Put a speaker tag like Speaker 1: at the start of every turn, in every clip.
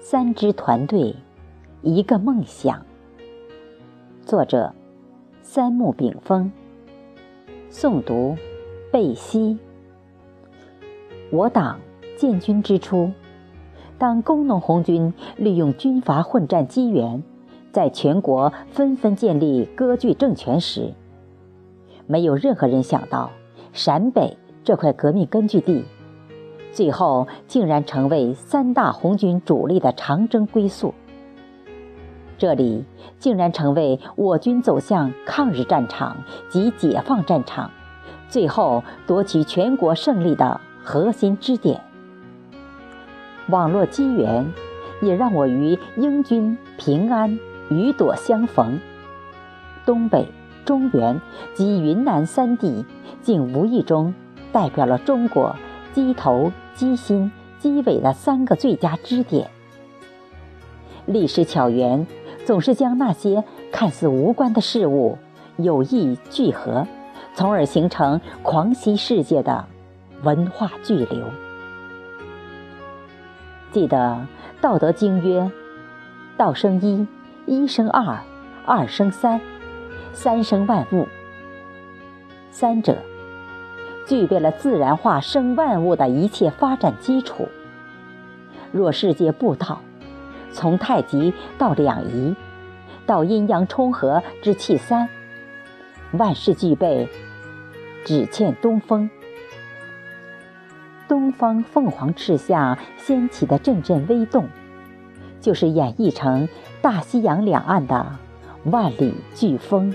Speaker 1: 三支团队，一个梦想。作者：三木炳峰。诵读：贝西。我党建军之初，当工农红军利用军阀混战机缘，在全国纷纷建立割据政权时，没有任何人想到陕北这块革命根据地最后竟然成为三大红军主力的长征归宿。这里竟然成为我军走向抗日战场及解放战场，最后夺取全国胜利的核心支点。网络机缘也让我与英军平安、雨朵相逢，东北、中原及云南三地竟无意中代表了中国鸡头、鸡心、鸡尾的三个最佳支点。历史巧缘总是将那些看似无关的事物有意聚合，从而形成狂喜世界的文化巨流。记得《道德经》曰：道生一，一生二，二生三，三生万物。三者具备了自然化生万物的一切发展基础。若世界步道从太极到两仪，到阴阳冲合之气三，万事俱备，只欠东风。东方凤凰翅下掀起的阵阵微动，就是演绎成大西洋两岸的万里飓风。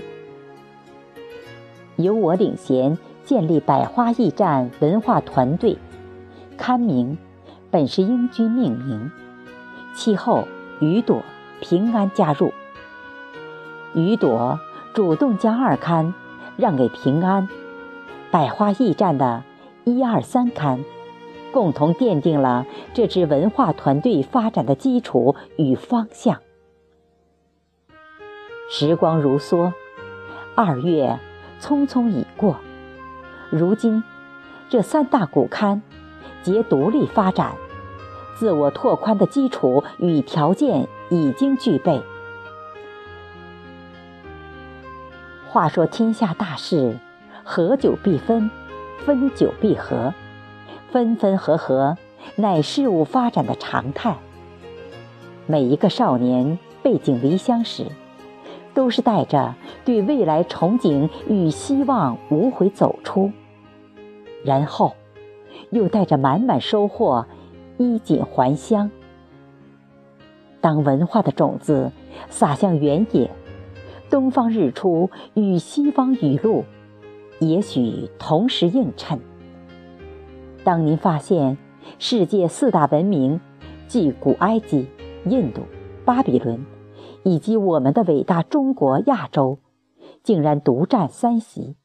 Speaker 1: 由我领衔建立百花驿站文化团队，刊名本是英军命名，其后雨朵、平安加入。雨朵主动将二刊让给平安，百花驿站的1、2、3刊共同奠定了这支文化团队发展的基础与方向。时光如梭，2月匆匆已过，如今这三大股刊皆独立发展，自我拓宽的基础与条件已经具备。话说天下大事，合久必分，分久必合，分分合合乃事物发展的常态。每一个少年背井离乡时，都是带着对未来憧憬与希望无悔走出，然后又带着满满收获衣锦还乡。当文化的种子撒向原野，东方日出与西方雨露也许同时映衬。当您发现世界4大文明，即古埃及、印度、巴比伦以及我们的伟大中国亚洲，竟然独占3席，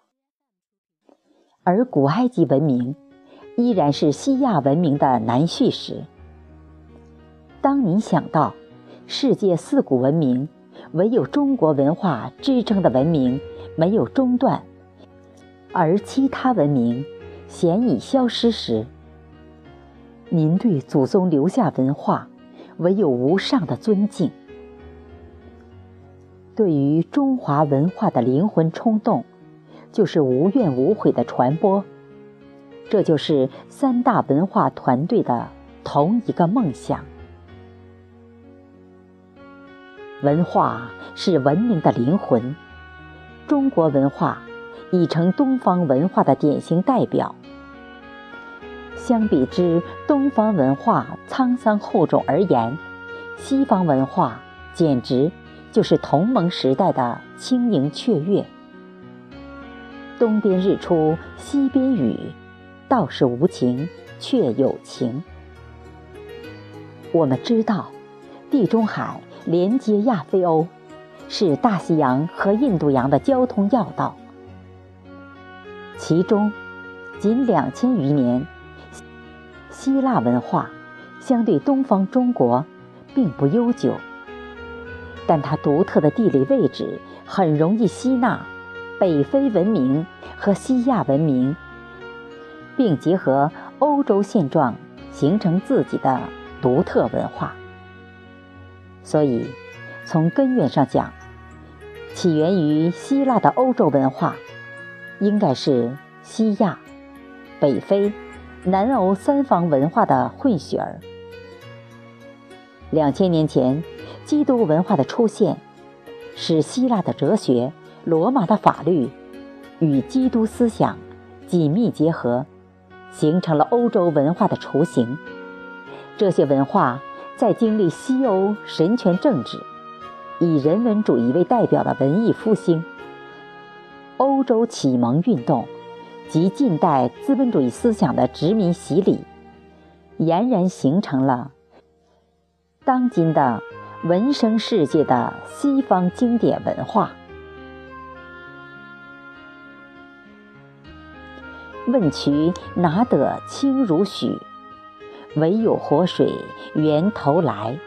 Speaker 1: 而古埃及文明依然是西亚文明的男婿时，当您想到世界4古文明唯有中国文化支撑的文明没有中断，而其他文明鲜已消失时，您对祖宗留下文化唯有无上的尊敬。对于中华文化的灵魂冲动，就是无怨无悔的传播。这就是三大文化团队的同一个梦想。文化是文明的灵魂，中国文化已成东方文化的典型代表。相比之东方文化沧桑厚重而言，西方文化简直就是同盟时代的轻盈雀跃。东边日出西边雨，道是无情却有情。我们知道地中海连接亚非欧，是大西洋和印度洋的交通要道，其中仅2000余年，希腊文化相对东方中国并不悠久，但它独特的地理位置很容易吸纳北非文明和西亚文明，并结合欧洲现状形成自己的独特文化。 所以从根源上讲，起源于希腊的欧洲文化应该是西亚、北非、南欧三方文化的混血儿。2000年前，基督文化的出现使希腊的哲学、罗马的法律与基督思想紧密结合，形成了欧洲文化的雏形。这些文化在经历西欧神权政治、以人文主义为代表的文艺复兴、欧洲启蒙运动及近代资本主义思想的殖民洗礼，俨然形成了当今的文生世界的西方经典文化。问渠哪得清如许，唯有活水源头来。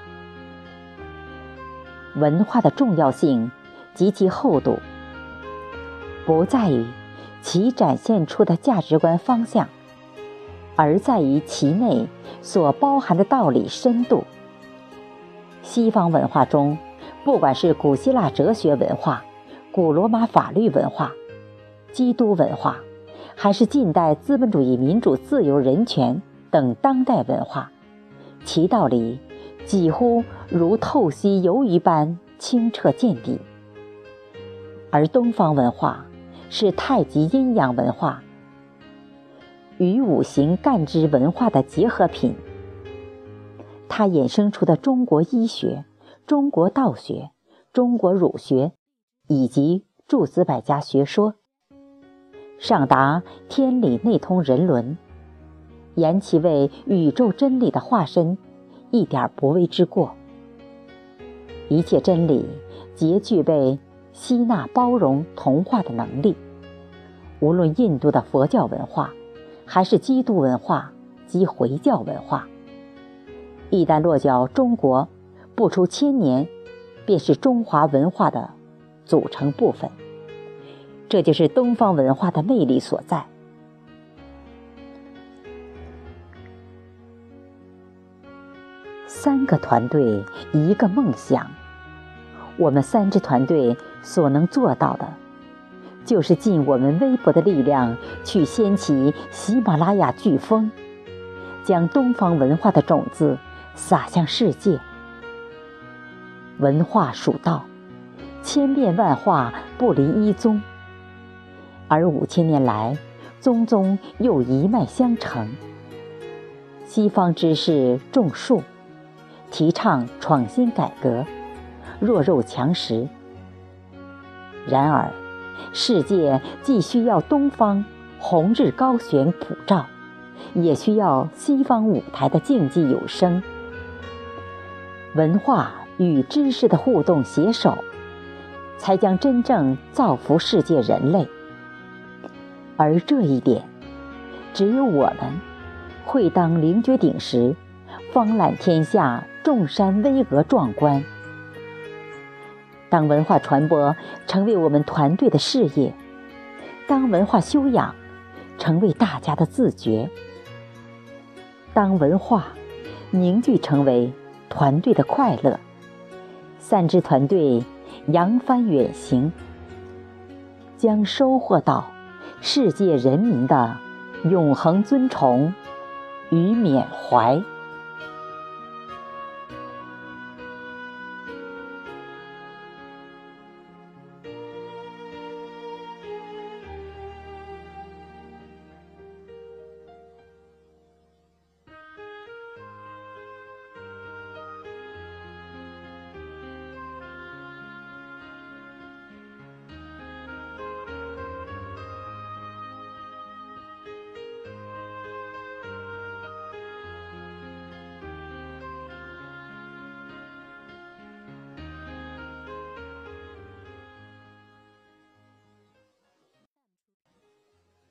Speaker 1: 文化的重要性及其厚度，不在于其展现出的价值观方向，而在于其内所包含的道理深度。西方文化中，不管是古希腊哲学文化、古罗马法律文化、基督文化，还是近代资本主义民主自由人权等当代文化，其道理几乎如透析鱿鱼般清澈见底。而东方文化是太极阴阳文化与五行干支文化的结合品，它衍生出的中国医学、中国道学、中国儒学以及诸子百家学说，上达天理内通人伦，言其为宇宙真理的化身，一点不为之过。一切真理皆具备吸纳包容同化的能力，无论印度的佛教文化还是基督文化及回教文化，一旦落脚中国，不出1000年便是中华文化的组成部分。这就是东方文化的魅力所在。3个团队1个梦想，我们3支团队所能做到的，就是尽我们微薄的力量去掀起喜马拉雅飓风，将东方文化的种子撒向世界。文化属道，千变万化不离一宗，而5000年来，宗宗又一脉相承。西方知识种树，提倡创新改革，弱肉强食。然而，世界既需要东方红日高悬普照，也需要西方舞台的竞技有声。文化与知识的互动携手，才将真正造福世界人类。而这一点，只有我们会当凌绝顶时，方览天下众山巍峨壮观。当文化传播成为我们团队的事业，当文化修养成为大家的自觉，当文化凝聚成为团队的快乐，3支团队扬帆远行，将收获到世界人民的永恒尊崇与缅怀。